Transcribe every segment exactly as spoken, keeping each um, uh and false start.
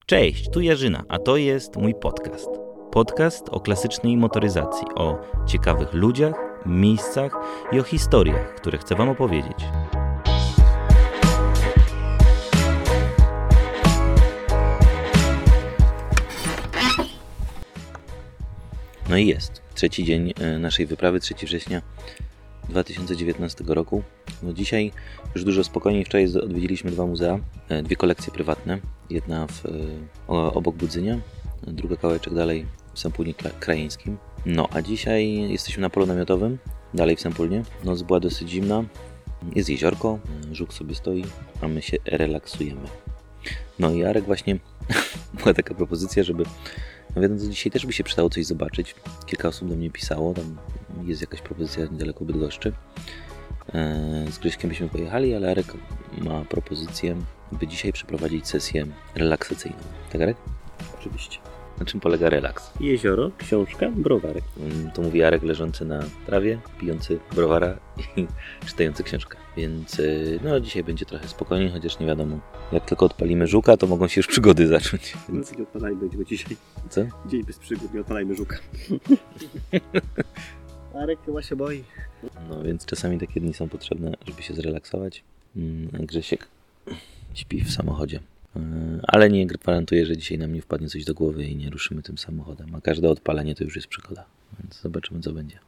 Cześć, tu Jarzyna, a to jest mój podcast. Podcast o klasycznej motoryzacji, o ciekawych ludziach, miejscach i o historiach, które chcę Wam opowiedzieć. No i jest. Trzeci dzień naszej wyprawy, trzeciego września dwa tysiące dziewiętnastego roku. No dzisiaj już dużo spokojniej. Wczoraj odwiedziliśmy dwa muzea, dwie kolekcje prywatne. Jedna w, obok Budzynia, druga kawałeczek dalej w Sępólnie Krajeńskim. No a dzisiaj jesteśmy na polu namiotowym, dalej w Sępólnie. Noc była dosyć zimna, jest jeziorko, żuk sobie stoi, a my się relaksujemy. No i Arek właśnie, była taka propozycja, żeby no wiadomo, dzisiaj też by się przydało coś zobaczyć. Kilka osób do mnie pisało, tam jest jakaś propozycja niedaleko Bydgoszczy. Z Grześkiem byśmy pojechali, ale Arek ma propozycję, by dzisiaj przeprowadzić sesję relaksacyjną. Tak, Arek? Oczywiście. Na czym polega relaks? Jezioro, książka, browarek. To mówi Arek leżący na trawie, pijący browara i czytający książkę. Więc no dzisiaj będzie trochę spokojniej, chociaż nie wiadomo. Jak tylko odpalimy żuka, to mogą się już przygody zacząć. Więc... No nie odpalajmy go dzisiaj. Co? Dzień bez przygód, nie odpalajmy żuka. Arek chyba się boi. No więc czasami takie dni są potrzebne, żeby się zrelaksować. Grzesiek śpi w samochodzie. Ale nie gwarantuję, że dzisiaj nam nie wpadnie coś do głowy i nie ruszymy tym samochodem. A każde odpalenie to już jest przygoda. Więc zobaczymy, co będzie.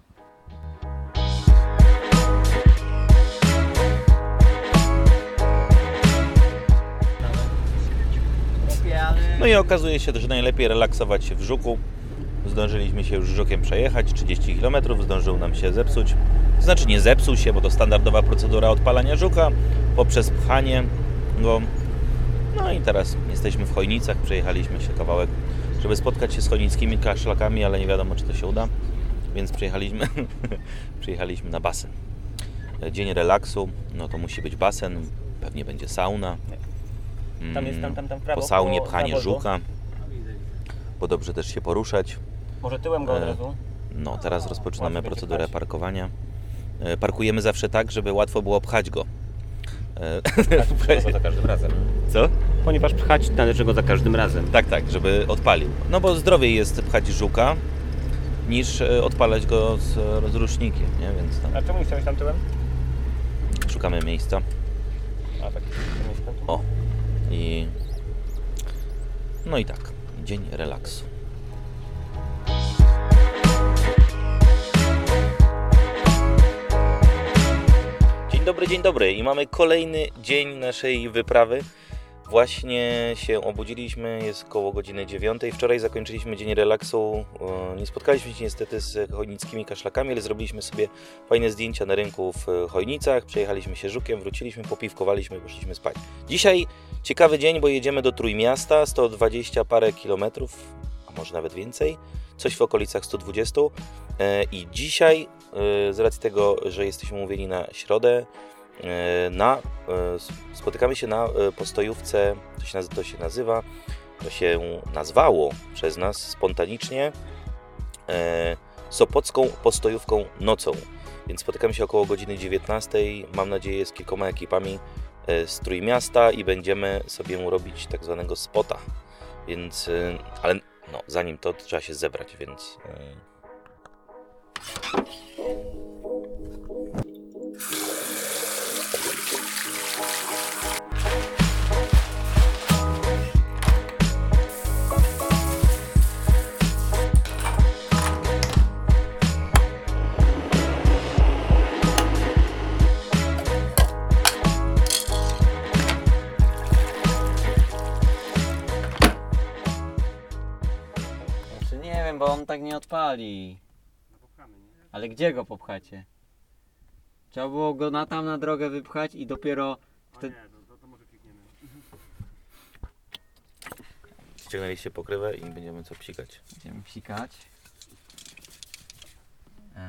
No i okazuje się, że najlepiej relaksować się w żuku. Zdążyliśmy się już żukiem przejechać, trzydzieści kilometrów, zdążył nam się zepsuć. Znaczy nie zepsuł się, bo to standardowa procedura odpalania żuka poprzez pchanie go. No i teraz jesteśmy w Chojnicach, przejechaliśmy się kawałek, żeby spotkać się z chojnickimi kaszlakami, ale nie wiadomo, czy to się uda, więc przyjechaliśmy, przyjechaliśmy na basen. Dzień relaksu, no to musi być basen, pewnie będzie sauna. Tam jest tam, tam, tam w prawo. Po saunie po pchanie zawodu. żuka, bo dobrze też się poruszać. Może tyłem go od razu? No, teraz rozpoczynamy Łatwo procedurę będzie pchać. parkowania. Parkujemy zawsze tak, żeby łatwo było pchać go. Pchać go za każdym razem. Co? Ponieważ pchać należy go za każdym razem. Tak, tak, żeby odpalił. No bo zdrowiej jest pchać żuka, niż odpalać go z rozrusznikiem, nie? Więc tam A czemu nie chciałeś tam tyłem? szukamy miejsca. A tak, miejsce. O. I... No i tak, dzień relaksu. Dzień dobry, dzień dobry i mamy kolejny dzień naszej wyprawy. Właśnie się obudziliśmy, jest koło godziny dziewiątej. Wczoraj zakończyliśmy dzień relaksu. Nie spotkaliśmy się niestety z chojnickimi kaszlakami, ale zrobiliśmy sobie fajne zdjęcia na rynku w Chojnicach. Przejechaliśmy się żukiem, wróciliśmy, popiwkowaliśmy i poszliśmy spać. Dzisiaj ciekawy dzień, bo jedziemy do Trójmiasta, sto dwadzieścia parę kilometrów, a może nawet więcej. Coś w okolicach sto dwadzieścia. I dzisiaj, z racji tego, że jesteśmy umówieni na środę, Na, spotykamy się na postojówce, to się, to się nazywa, to się nazwało przez nas spontanicznie e, Sopocką postojówką nocą. Więc spotykamy się około godziny dziewiętnastej, mam nadzieję z kilkoma ekipami e, z Trójmiasta i będziemy sobie robić tak zwanego spota. Więc, e, ale no, zanim to trzeba się zebrać, więc... E, Nie wiem, bo on tak nie odpali. Ale gdzie go popchacie? Trzeba było go na tam na drogę wypchać i dopiero wtedy... Nie, to, to może klikniemy. Ściągnęliście pokrywę i będziemy co psikać. Będziemy psikać. Eee...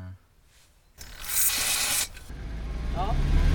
O!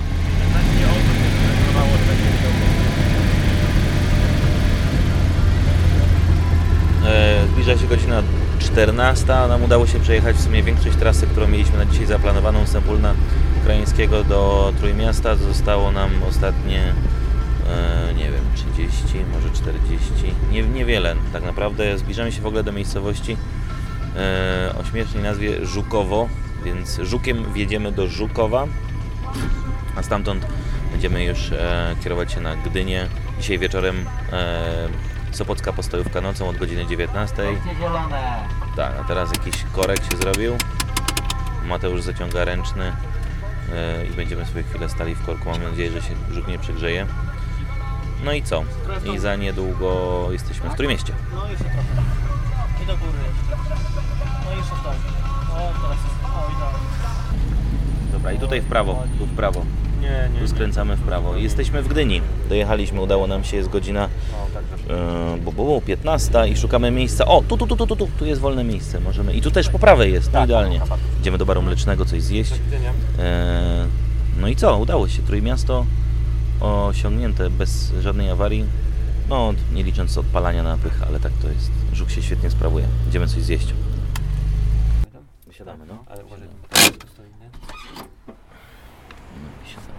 E, zbliża się godzina czternasta. Nam udało się przejechać w sumie większość trasy, którą mieliśmy na dzisiaj zaplanowaną, z Sępólna Krajeńskiego do Trójmiasta. Zostało nam ostatnie, e, nie wiem, trzydzieści, może czterdzieści. Nie, niewiele tak naprawdę. Zbliżamy się w ogóle do miejscowości e, o śmiesznej nazwie Żukowo, więc Żukiem wjedziemy do Żukowa, a stamtąd będziemy już e, kierować się na Gdynię. Dzisiaj wieczorem e, Sopocka postojówka nocą od godziny dziewiętnastej. zielone. Tak, a teraz jakiś korek się zrobił. Mateusz zaciąga ręczny yy, i będziemy sobie chwilę stali w korku. Mam nadzieję, że się Żuk nie przegrzeje. No i co? I za niedługo jesteśmy w Trójmieście. No jeszcze trochę. I do góry jeszcze. No i jeszcze w dół. O, teraz jest. O, idealnie. Dobra, i tutaj w prawo, tu w prawo. Nie, nie. Tu skręcamy w prawo. Jesteśmy w Gdyni. Dojechaliśmy, udało nam się, jest godzina O, tak, yy, bo było piętnasta i szukamy miejsca. O, tu, tu, tu, tu, tu, tu, tu jest wolne miejsce. Możemy. I tu też po prawej jest, no idealnie. Idziemy do baru mlecznego coś zjeść. E, no i co? Udało się. Trójmiasto osiągnięte bez żadnej awarii. No, nie licząc odpalania na pych, ale tak to jest. Żuk się świetnie sprawuje. Idziemy coś zjeść. Wysiadamy, no. Ale może Wysiadamy. tu stoi, nie? No, wysiadamy.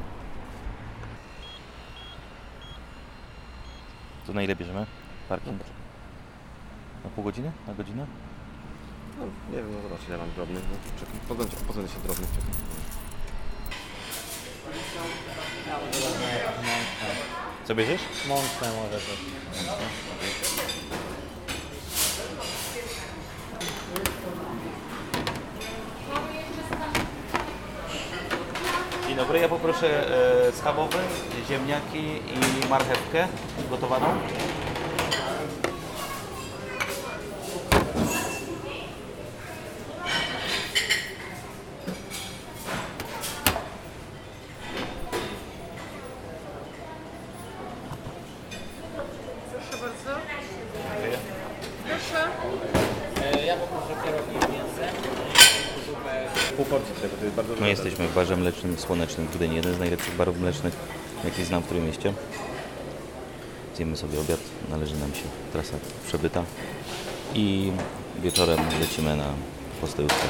To na ile bierzemy? Parking? Na pół godziny? Na godzinę? No, nie wiem, no zobacz ile mam drobnych. No, czekaj, pozbędę, pozbędę się drobnych, czekaj. Co bierzesz? Mączne może być. Dzień dobry, ja poproszę e, schabowy, ziemniaki i marchewkę gotowaną. Proszę bardzo. Dziękuję. Proszę. Ja poproszę pierogi z mięsem. Pół porcji tego, to jest bardzo My dobre. jesteśmy w barze mlecznym Słonecznym w Gdyni, jeden z najlepszych barów mlecznych, jaki znam w Trójmieście. Zjemy sobie obiad, należy nam się trasa przebyta i wieczorem lecimy na postojówkę.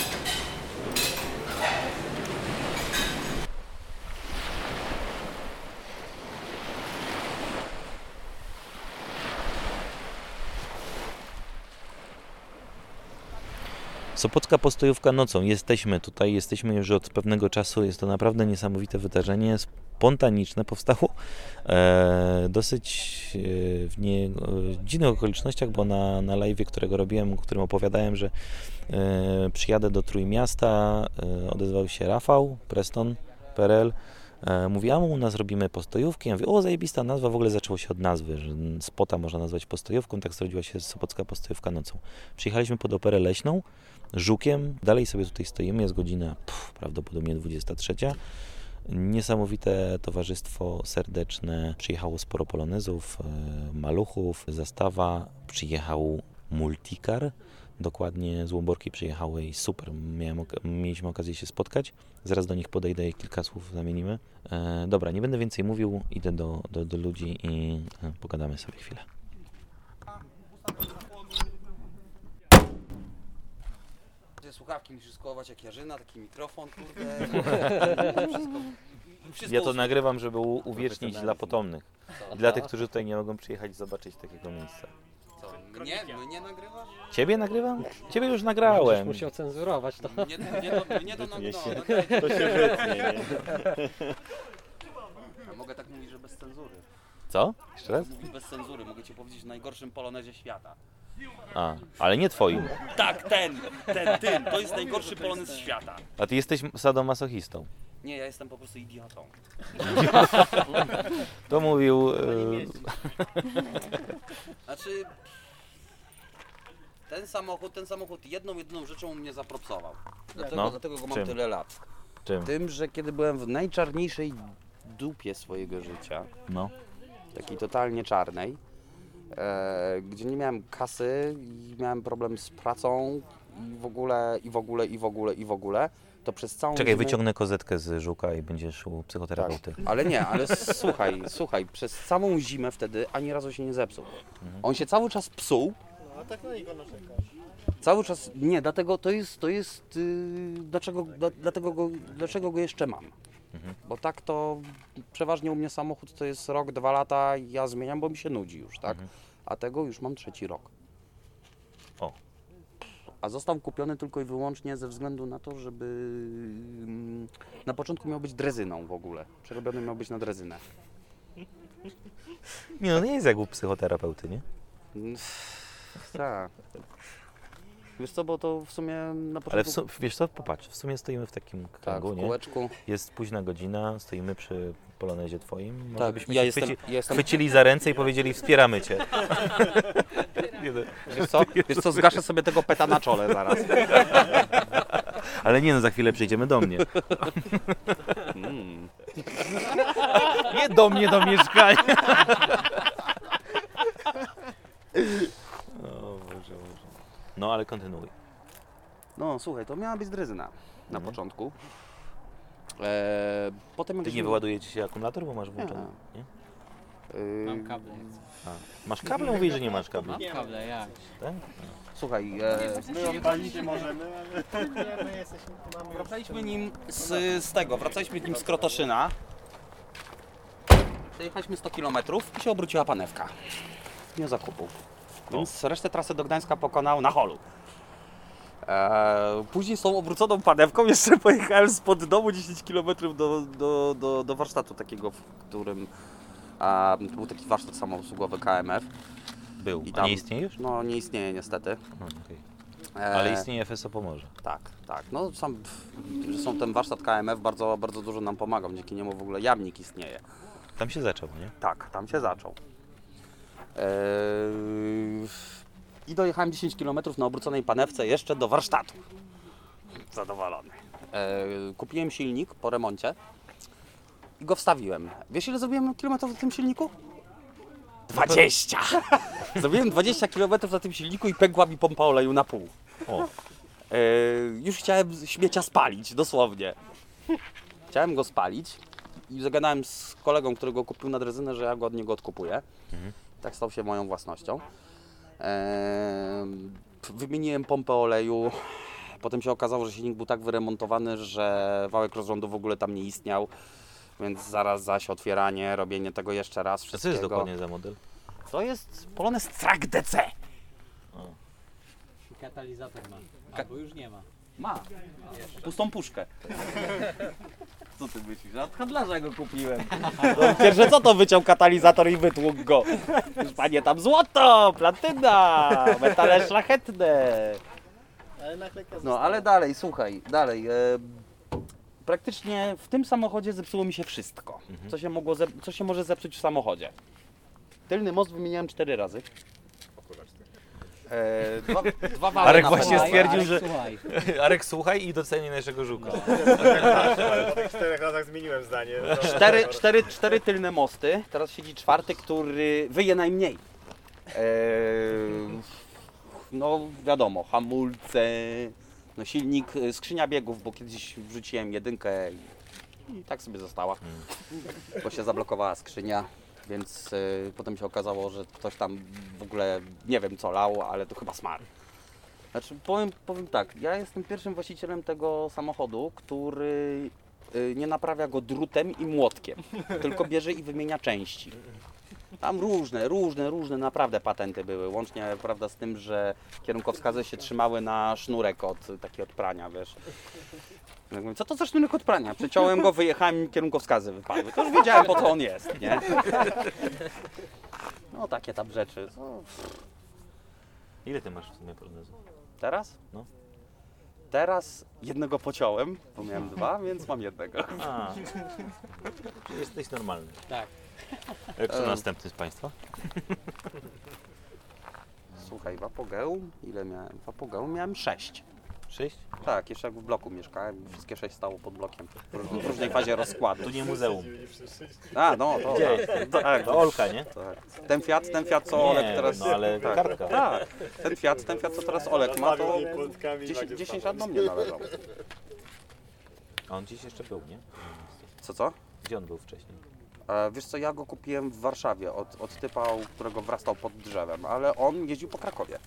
Sopocka postojówka nocą. Jesteśmy tutaj, jesteśmy już od pewnego czasu. Jest to naprawdę niesamowite wydarzenie. Spontaniczne powstało e, dosyć e, w nie, w dziwnych okolicznościach, bo na, na live'ie, którego robiłem, w którym opowiadałem, że e, przyjadę do Trójmiasta, e, odezwał się Rafał, Preston, P R L. E, mówi, a u nas robimy postojówki. Ja mówię, o zajebista nazwa, w ogóle zaczęło się od nazwy, że spota można nazwać postojówką, tak zrodziła się Sopocka postojówka nocą. Przyjechaliśmy pod Operę Leśną, Żukiem, dalej sobie tutaj stoimy, jest godzina pff, prawdopodobnie dwudziesta trzecia. Niesamowite towarzystwo serdeczne, przyjechało sporo polonezów, e, maluchów, zastawa, przyjechał multikar, dokładnie z Łomborki przyjechały i super, Miałem ok- mieliśmy okazję się spotkać, zaraz do nich podejdę i kilka słów zamienimy. E, dobra, nie będę więcej mówił, idę do, do, do ludzi i e, pogadamy sobie chwilę. Słuchawki musisz skołować jak Jarzyna, taki mikrofon, kurde. Wszystko, wszystko Ja to usłuch- nagrywam, żeby u- uwiecznić dla potomnych. I dla tych, którzy tutaj nie mogą przyjechać zobaczyć takiego miejsca. Co, mnie? Mnie nagrywasz? Ciebie nagrywam? Ciebie już nagrałem. Musiał cenzurować to. Nie, nie, to, nie to, no, no, się. no, To się wytnie, nie? no, mogę tak mówić, że bez cenzury. Co? Jeszcze raz? Mówić bez cenzury, mogę ci powiedzieć w najgorszym polonezie świata. A, ale nie twoim. Tak, ten, ten, ten, to jest najgorszy polonez świata. A ty jesteś sadomasochistą. Nie, ja jestem po prostu idiotą. To mówił... Yy, Znaczy, ten samochód, ten samochód jedną, jedyną rzeczą mnie zapropsował. Dlatego, No, dlatego go mam czym? tyle lat. czym? Tym, że kiedy byłem w najczarniejszej dupie swojego życia, No. takiej totalnie czarnej, e, gdzie nie miałem kasy i miałem problem z pracą i w ogóle, i w ogóle, i w ogóle, i w ogóle, to przez całą Czekaj, zimę... wyciągnę kozetkę z Żuka i będziesz u psychoterapeuty. Ale nie, ale słuchaj, słuchaj, przez całą zimę wtedy ani razu się nie zepsuł. On się cały czas psuł. No a tak na niego narzekasz. Cały czas, nie, dlatego to jest, to jest, yy, dlaczego, dla, dlatego go, dlaczego go jeszcze mam. Mhm. Bo tak to przeważnie u mnie samochód to jest rok, dwa lata i ja zmieniam, bo mi się nudzi już, tak? Mhm. A tego już mam trzeci rok. O. A został kupiony tylko i wyłącznie ze względu na to, żeby mm, na początku miał być drezyną w ogóle. Przerobiony miał być na drezynę. Nie no, nie jest jak u psychoterapeuty, nie? Tak. Wiesz co, bo to w sumie na początku... Ale w su- wiesz co, popatrz, w sumie stoimy w takim tak, kręgu, w nie? kółeczku. Jest późna godzina, stoimy przy polonezie twoim. Może Tak, byśmy ja się jestem, chwyci- ja jestem... chwycili za ręce i powiedzieli wspieramy cię. Nie no. Wiesz co, wiesz co, zgaszę sobie tego peta na czole zaraz. Ale nie no, za chwilę przyjdziemy do mnie. Mm. Nie do mnie, do mieszkania. O Boże, Boże. No ale kontynuuj. No słuchaj, to miała być drezyna na Mhm. początku. Eee, potem jak Ty nie żeśmy- wyładuje ci się akumulator, bo masz włączony, nie? Yy, Mam kable. A. Masz kable? Mówisz, że nie masz kabli. Mam kable, jak? Tak? Słuchaj, e, My odpalić nie możemy, ale... Nie, my jesteśmy, mamy... wracaliśmy nim z, z tego, wracaliśmy nim z Krotoszyna. Przejechaliśmy sto kilometrów i się obróciła panewka. Nie zakupu. Więc resztę trasy do Gdańska pokonał na holu. Eee, później z tą obróconą panewką jeszcze pojechałem spod domu dziesięć kilometrów do, do, do, do warsztatu takiego, w którym a, to był taki warsztat samoobsługowy K M F. Był. I A tam- nie istnieje już? No nie istnieje niestety. No, okej. Eee, Ale istnieje F S O Pomorze. Tak, tak. No sam, zresztą ten warsztat K M F bardzo, bardzo dużo nam pomagał, dzięki niemu w ogóle jamnik istnieje. Tam się zaczął, nie? Tak, tam się zaczął. Eee, I dojechałem dziesięć kilometrów na obróconej panewce jeszcze do warsztatu. Zadowolony. Eee, kupiłem silnik po remoncie i go wstawiłem. Wiesz ile zrobiłem kilometrów na tym silniku? dwadzieścia! Zrobiłem dwadzieścia kilometrów na tym silniku i pękła mi pompa oleju na pół. O, Eee, już chciałem śmiecia spalić, dosłownie. Chciałem go spalić i zagadałem z kolegą, który go kupił na drezynę, że ja go od niego odkupuję. Mhm. Tak stał się moją własnością. Eee, wymieniłem pompę oleju. Potem się okazało, że silnik był tak wyremontowany, że wałek rozrządu w ogóle tam nie istniał. Więc zaraz zaś otwieranie, robienie tego jeszcze raz. a co Wszystkiego. jest dokładnie za model? To jest Polones Track D C. Katalizator ma. Albo już nie ma. Ma. Pustą puszkę. Co ty myślisz? Od handlarza go kupiłem. Pierwsze co to wyciął katalizator i wytłukł go. Już panie tam złoto, platyna, metale szlachetne. Ale naklejka No ale dalej, słuchaj, dalej. E, praktycznie w tym samochodzie zepsuło mi się wszystko. Mhm. Co się, mogło zep- co się może zepsuć w samochodzie? Tylny most wymieniałem cztery razy. E, dwa, dwa wały Arek na właśnie pedale. stwierdził, Arek, że- Słuchaj. Arek, słuchaj i doceni naszego żuka. Ale po tych czterech latach zmieniłem zdanie. Cztery, cztery, cztery tylne mosty, teraz siedzi czwarty, który wyje najmniej. Eee, no wiadomo, hamulce, no silnik, skrzynia biegów, bo kiedyś wrzuciłem jedynkę i, i tak sobie została, bo się zablokowała skrzynia, więc e, potem się okazało, że ktoś tam w ogóle nie wiem co lał, ale to chyba smar. Znaczy powiem, powiem tak, ja jestem pierwszym właścicielem tego samochodu, który y, nie naprawia go drutem i młotkiem, tylko bierze i wymienia części. Tam różne, różne, różne naprawdę patenty były, łącznie prawda, z tym, że kierunkowskazy się trzymały na sznurek od, taki od prania, wiesz. Ja mówię, co to za sznurek od prania? Przeciąłem go, wyjechałem i kierunkowskazy wypadły. To już wiedziałem, po co on jest, nie? No takie tam rzeczy. No, Ile ty masz w sumie polonezu? teraz? No. Teraz jednego pociąłem, bo miałem dwa, więc mam jednego. A, czyli jesteś normalny. Tak. A kto E. następny z Państwa? Słuchaj, w Apogeum, ile miałem? W Apogeum miałem sześć. Sześć? Tak, jeszcze jak w bloku mieszkałem, wszystkie sześć stało pod blokiem. W różnej fazie rozkładu. Tu nie muzeum. A, no, to Gdzie tak. tak, To Olka, nie? tak. Ten Fiat, ten Fiat co Nie, Olek teraz... no ale tak, kartka. tak, ten Fiat, ten Fiat co teraz Olek ma, to Płotkami dziesięć, Maciej dziesięć spadł. lat do mnie należał. A on gdzieś jeszcze był, nie? Co, co? Gdzie on był wcześniej? E, wiesz co, ja go kupiłem w Warszawie od, od typa, u którego wrastał pod drzewem, ale on jeździł po Krakowie.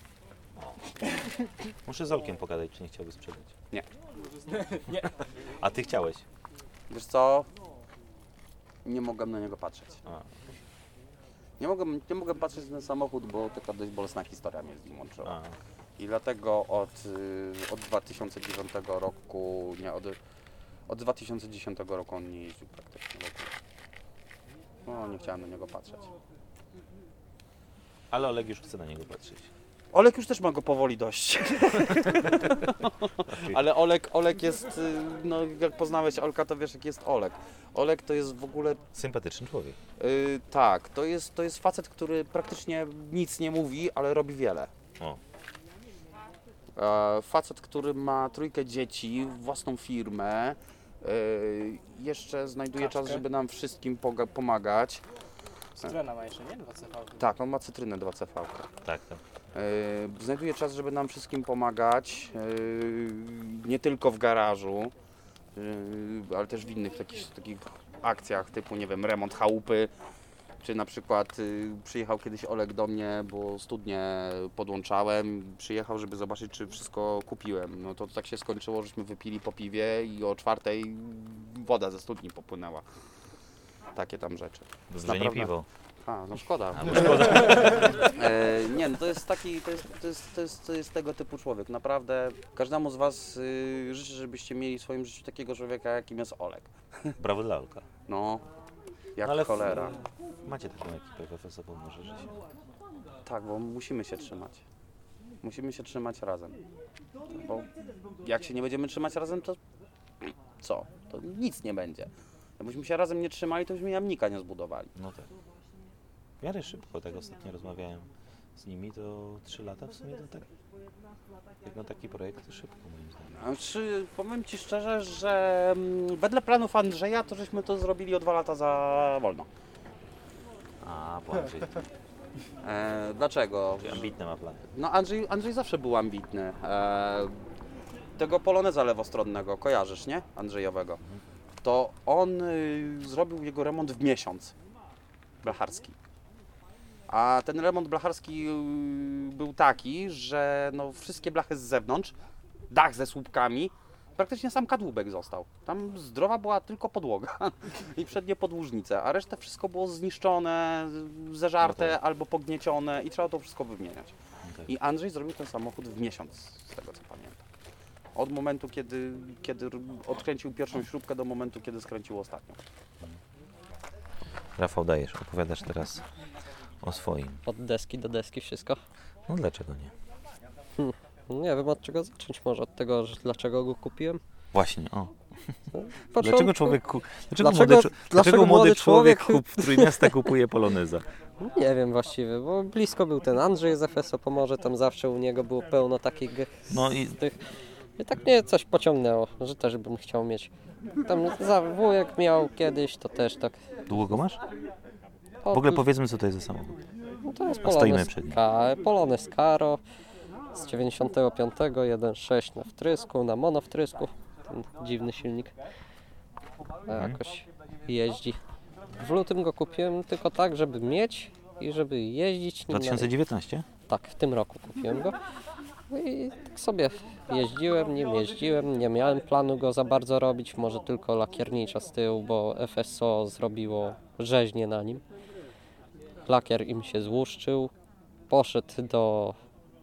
Muszę z Olkiem pogadać, czy nie chciałby sprzedać. Nie. A ty chciałeś? Wiesz co? Nie mogłem na niego patrzeć. A. Nie mogłem, nie mogłem patrzeć na ten samochód, bo taka dość bolesna historia mnie z nim łączyła. A. I dlatego od, y, od dwa tysiące dziewiątego roku, nie, od, od dwa tysiące dziesiątego roku on nie jeździł praktycznie w ogóle. No, nie chciałem na niego patrzeć. Ale Oleg już chce na niego patrzeć. Olek już też ma go powoli dość. Ale Olek, Olek jest, y, no jak poznałeś Olka, to wiesz jak jest Olek. Olek to jest w ogóle, Sympatyczny człowiek. y, tak, to jest, to jest facet, który praktycznie nic nie mówi, ale robi wiele. O. E, facet, który ma trójkę dzieci, własną firmę, e, jeszcze znajduje Kaczkę. czas, żeby nam wszystkim poga- pomagać. Cytrena ma jeszcze, nie? dwa C V. Tak, on ma cytrynę dwa C V. Tak, tak. E, znajduje czas, żeby nam wszystkim pomagać, e, nie tylko w garażu, e, ale też w innych takich, takich akcjach typu, nie wiem, remont chałupy, czy na przykład y, przyjechał kiedyś Olek do mnie, bo studnię podłączałem, przyjechał, żeby zobaczyć, czy wszystko kupiłem. No to tak się skończyło, żeśmy wypili po piwie i o czwartej woda ze studni popłynęła. Takie tam rzeczy. Że nie Naprawdę. piwo. A, no szkoda. A, bo szkoda. E, nie, no to jest taki, to jest, to jest, to jest, to jest tego typu człowiek. Naprawdę każdemu z Was y, życzę, żebyście mieli w swoim życiu takiego człowieka, jakim jest Olek. Brawo dla Olka. No, jak No ale w- cholera. Macie taką ekipę w F S O, pomoże, że się... Tak, bo musimy się trzymać. Musimy się trzymać razem. Bo jak się nie będziemy trzymać razem, to co? To nic nie będzie. Jakbyśmy się razem nie trzymali, to byśmy jamnika nie zbudowali. No tak. W miarę szybko, tak ostatnio rozmawiałem z nimi, to trzy lata w sumie to tak... Jak na taki projekt to szybko moim zdaniem. Znaczy, powiem Ci szczerze, że mm, wedle planów Andrzeja, to żeśmy to zrobili o dwa lata za wolno. A, po Andrzej. E, dlaczego? Czyli ambitne ma plany. No Andrzej, Andrzej zawsze był ambitny. E, tego poloneza lewostronnego, kojarzysz, nie? Andrzejowego. To on y, zrobił jego remont w miesiąc. Blacharski. A ten remont blacharski y, był taki, że no, wszystkie blachy z zewnątrz, dach ze słupkami, praktycznie sam kadłubek został. Tam zdrowa była tylko podłoga i przednie podłużnice, a resztę wszystko było zniszczone, zeżarte No tak. albo pogniecione i trzeba to wszystko wymieniać. Tak. I Andrzej zrobił ten samochód w miesiąc, z tego co pamiętam. Od momentu, kiedy, kiedy odkręcił pierwszą śrubkę do momentu, kiedy skręcił ostatnią. Rafał, dajesz, opowiadasz teraz o swoim. Od deski do deski wszystko. No dlaczego nie? Nie wiem od czego zacząć, może od tego, że dlaczego go kupiłem. Właśnie, o. Początku- Dlaczego człowiek ku... dlaczego, Dlaczego- młody, czo- dlaczego dlaczego młody młody człowiek człowiek- kup, w Trójmiasta kupuje Poloneza? Nie wiem właściwie, bo blisko był ten Andrzej z F S O Pomorze, tam zawsze u niego było pełno takich ge- No i z tych. I tak mnie coś pociągnęło, że też bym chciał mieć. Tam za wujek miał kiedyś, to też tak. długo go masz? O, W ogóle powiedzmy, co to jest za samochód. no to jest a stoimy Polonez, przed nim. Ka- Polonez Caro z dziewięćdziesiątego piątego, jeden przecinek sześć na wtrysku, na monowtrysku, ten dziwny silnik. A jakoś jeździ. W lutym go kupiłem tylko tak, żeby mieć i żeby jeździć nim dwa tysiące dziewiętnaście? Tak, w tym roku kupiłem go. I tak sobie jeździłem, nim jeździłem, nie miałem planu go za bardzo robić, może tylko lakiernicza z tyłu, bo F S O zrobiło rzeźnię na nim. Lakier im się złuszczył, poszedł do,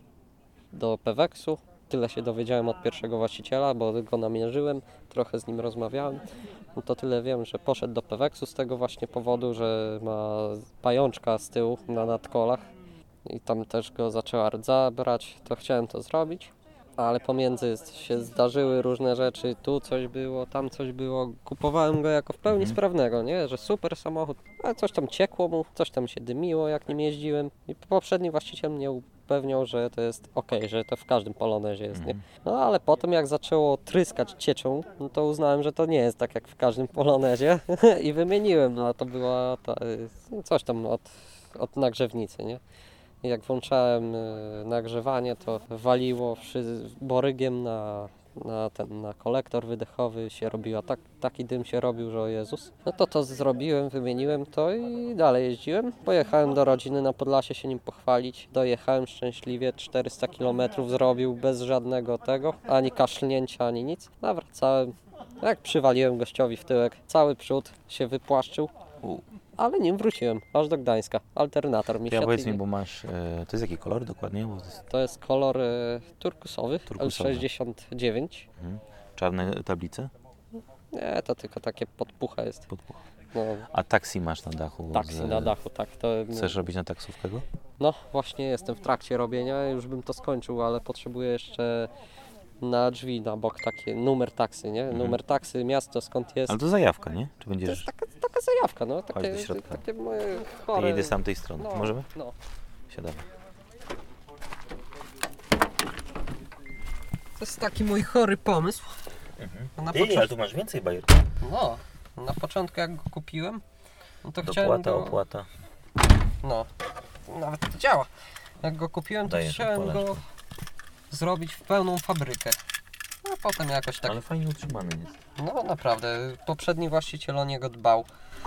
do Peweksu. Tyle się dowiedziałem od pierwszego właściciela, bo go namierzyłem, trochę z nim rozmawiałem. No to tyle wiem, że poszedł do Peweksu z tego właśnie powodu, że ma pajączka z tyłu na nadkolach. I tam też go zaczęła rdza brać, to chciałem to zrobić, ale pomiędzy się zdarzyły różne rzeczy, tu coś było, tam coś było, kupowałem go jako w pełni Mhm. sprawnego, nie, że super samochód, ale coś tam ciekło mu, coś tam się dymiło jak nim jeździłem i poprzedni właściciel mnie upewniał, że to jest ok, że to w każdym Polonezie jest, nie. No ale potem jak zaczęło tryskać cieczą, no to uznałem, że to nie jest tak jak w każdym Polonezie i wymieniłem, no a to była ta, y, coś tam od, od nagrzewnicy, nie. I jak włączałem y, nagrzewanie, to waliło wszy- borygiem na, na ten na kolektor wydechowy, się robiła tak, taki dym się robił, że o Jezus. No to to zrobiłem, wymieniłem to i dalej jeździłem. Pojechałem do rodziny na Podlasie się nim pochwalić. Dojechałem szczęśliwie, czterysta kilometrów zrobił bez żadnego tego, ani kaszlnięcia, ani nic. Nawracałem, Jak przywaliłem gościowi w tyłek, cały przód się wypłaszczył, U. ale nim wróciłem, aż do Gdańska. Alternator mi Ja siadł powiedz i- mi, bo masz, e, to jest jaki kolor dokładnie? Bo to jest To jest kolor e, turkusowy, Turkusowy. L sześćdziesiąt dziewięć. mhm. Czarne tablice? Nie, to tylko takie podpucha jest. Podpuch. No, A taksi masz na dachu? taksi z- na dachu, tak. To, Chcesz robić na taksówkę go? No właśnie jestem w trakcie robienia, już bym to skończył, ale potrzebuję jeszcze na drzwi na bok takie numer taksy, nie? Mhm. Numer taksy, miasto skąd jest. Ale to zajawka, nie? Czy To będziesz... jest taka, taka zajawka, no, Chodź takie, do środka. takie moje Ja chore. idę z tamtej strony. No, Możemy? No. Siadamy. To jest taki mój chory pomysł. Na Ty, początku, ale tu masz więcej bajer. no, na początku jak go kupiłem, no to chciałem Dopłata, go, opłata. no, nawet to działa. Jak go kupiłem, to Dajesz, chciałem odpalasz go zrobić w pełną fabrykę. A potem jakoś tak, Ale fajnie utrzymany jest. no naprawdę, poprzedni właściciel o niego dbał.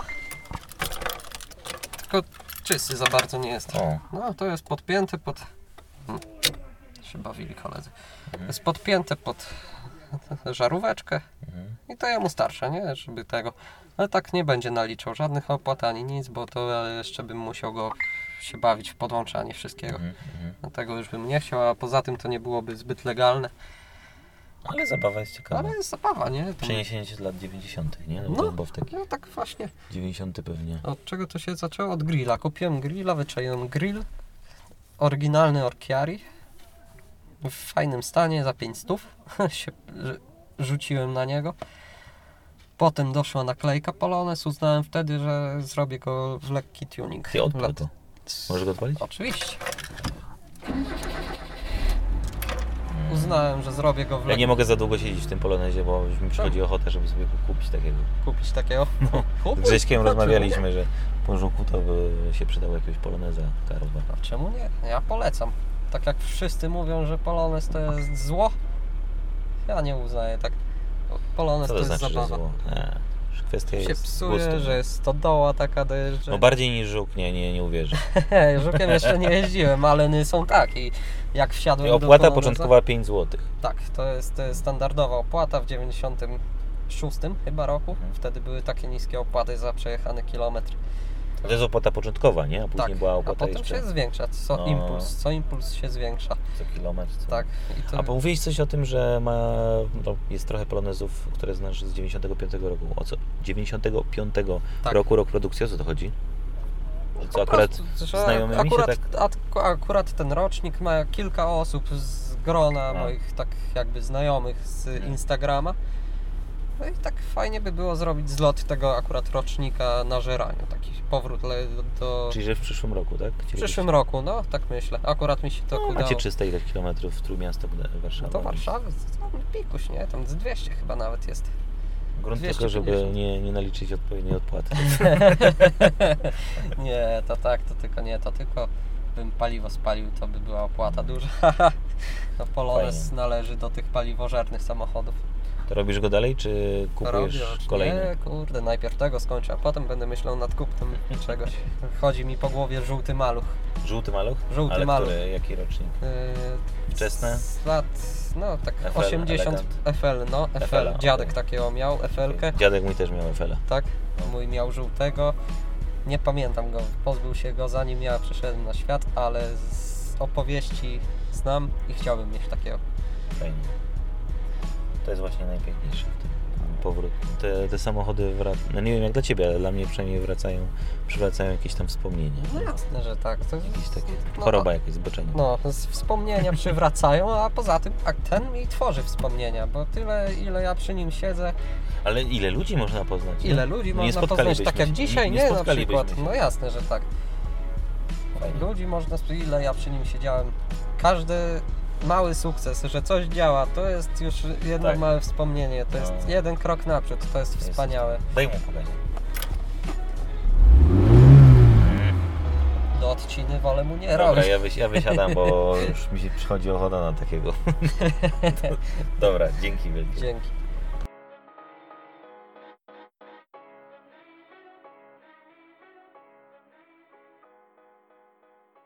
Tylko czysty za bardzo nie jest. O. No to jest podpięte pod... Hmm. się bawili koledzy. Mhm. To jest podpięte pod żaróweczkę Mhm. i to jemu starsze, nie? Żeby tego... Ale tak nie będzie naliczał żadnych opłat ani nic, bo to jeszcze bym musiał go się bawić w podłączanie wszystkiego. Mhm. Mhm. Dlatego już bym nie chciał, a poza tym to nie byłoby zbyt legalne. Ale zabawa jest ciekawa. Ale jest zabawa, nie? To... Przeniesienie się z lat dziewięćdziesiątych, nie? No. Bo w taki No tak właśnie. dziewięćdziesiąty pewnie. Od czego to się zaczęło? Od grilla. Kupiłem grilla, wyczaiłem grill. Oryginalny Orkiari. W fajnym stanie, za pięć stów. się rzu- rzuciłem na niego. Potem doszła naklejka Polones. Uznałem wtedy, że zrobię go w lekki tuning. Ty odpal Let- to. Możesz go odpalić? Oczywiście. Uznałem, że zrobię go w Ja lekki... nie mogę za długo siedzieć w tym Polonezie, bo już mi przychodzi ochota, żeby sobie kupić takiego. kupić takiego. Z Kupuj. Grześkiem No, rozmawialiśmy, że po żuku to by się przydało jakiegoś Poloneza Karowa. A czemu nie? Ja polecam. Tak jak wszyscy mówią, że Polones to jest zło, ja nie uznaję tak. Polones Co to, to jest znaczy, że zabawa. zło? Nie, już kwestia Się jest psuje, gustu. że jest stodoła taka dojeżdża. No bardziej niż żuk, nie, nie, nie uwierzę. Żukiem jeszcze nie jeździłem, ale ny są tak i jak wsiadłem I do opłata Poloneza- początkowa pięć złotych. Tak, to jest e, standardowa opłata w dziewięćdziesiątym szóstym chyba roku. Mhm. Wtedy były takie niskie opłaty za przejechany kilometr. To jest opłata początkowa, nie? A później Tak, była a opłata potem jeszcze się zwiększa, co No. impuls, co impuls się zwiększa. co kilometr. Co... Tak. I to... A mówiłeś coś o tym, że ma, no, jest trochę polonezów, które znasz z dziewięćdziesiątego piątego roku. O co? dziewięćdziesiątego piątego Tak. roku, rok produkcji, o co to chodzi? Że co Po akurat prostu, że znajomymi akurat, się tak... ak- akurat ten rocznik ma kilka osób z grona No. moich tak jakby znajomych z Instagrama. No i tak fajnie by było zrobić zlot tego akurat rocznika na żeraniu. Taki powrót le- do... Czyli że w przyszłym roku, tak? W przyszłym roku, no tak myślę. Akurat mi się to No, udało. macie trzysta ileś kilometrów w Trójmiasto, Warszawa. No to Warszawy, to pikuś, nie? Tam z dwieście chyba nawet jest. Grunt tylko, dwieście żeby pięćdziesiąt. nie, nie naliczyć odpowiedniej odpłaty. Nie, to tak, to tylko nie, to tylko bym paliwo spalił, to by była opłata duża. No Polones Fajnie. należy do tych paliwożernych samochodów. To robisz go dalej, czy kupujesz Robię, kolejny? Nie, kurde, najpierw tego skończę, a potem będę myślał nad kupnem czegoś. Chodzi mi po głowie żółty maluch. Żółty maluch? Żółty Ale maluch. który, jaki rocznik? Yy, Wczesne? Z lat, no tak F L, osiemdziesiąt elegant. F L, no F L. F L, Dziadek okej. takiego miał, F L-kę, Dziadek mój też miał F L-a. tak? Mój miał żółtego. Nie pamiętam go, pozbył się go zanim ja przyszedłem na świat, ale z opowieści znam i chciałbym mieć takiego. Fajnie. To jest właśnie najpiękniejsze w tym. Powrót. Te, te samochody, wrac... no nie wiem jak dla Ciebie, ale dla mnie przynajmniej wracają, przywracają jakieś tam wspomnienia. No jasne, że tak. To Jakieś takie no, choroba, jakieś zboczenie. No, z wspomnienia przywracają, a poza tym a ten mi tworzy wspomnienia, bo tyle ile ja przy nim siedzę, Ale ile ludzi można poznać? nie? ile ludzi No nie można poznać, tak jak spotkalibyśmy się. dzisiaj, nie, nie, nie na spotkalibyśmy przykład. się. No jasne, że tak. Fajnie. Ludzi można, ile ja przy nim siedziałem. Każdy mały sukces, że coś działa, to jest już jedno Tak. małe wspomnienie, to jest No. jeden krok naprzód, to jest jest- wspaniałe. Daj mu pogać. Do odciny wolę mu nie Dobra, robić. ja, wysi- ja wysiadam, bo już mi się przychodzi ochota na takiego. Dobra, dzięki wielkie. Dzięki.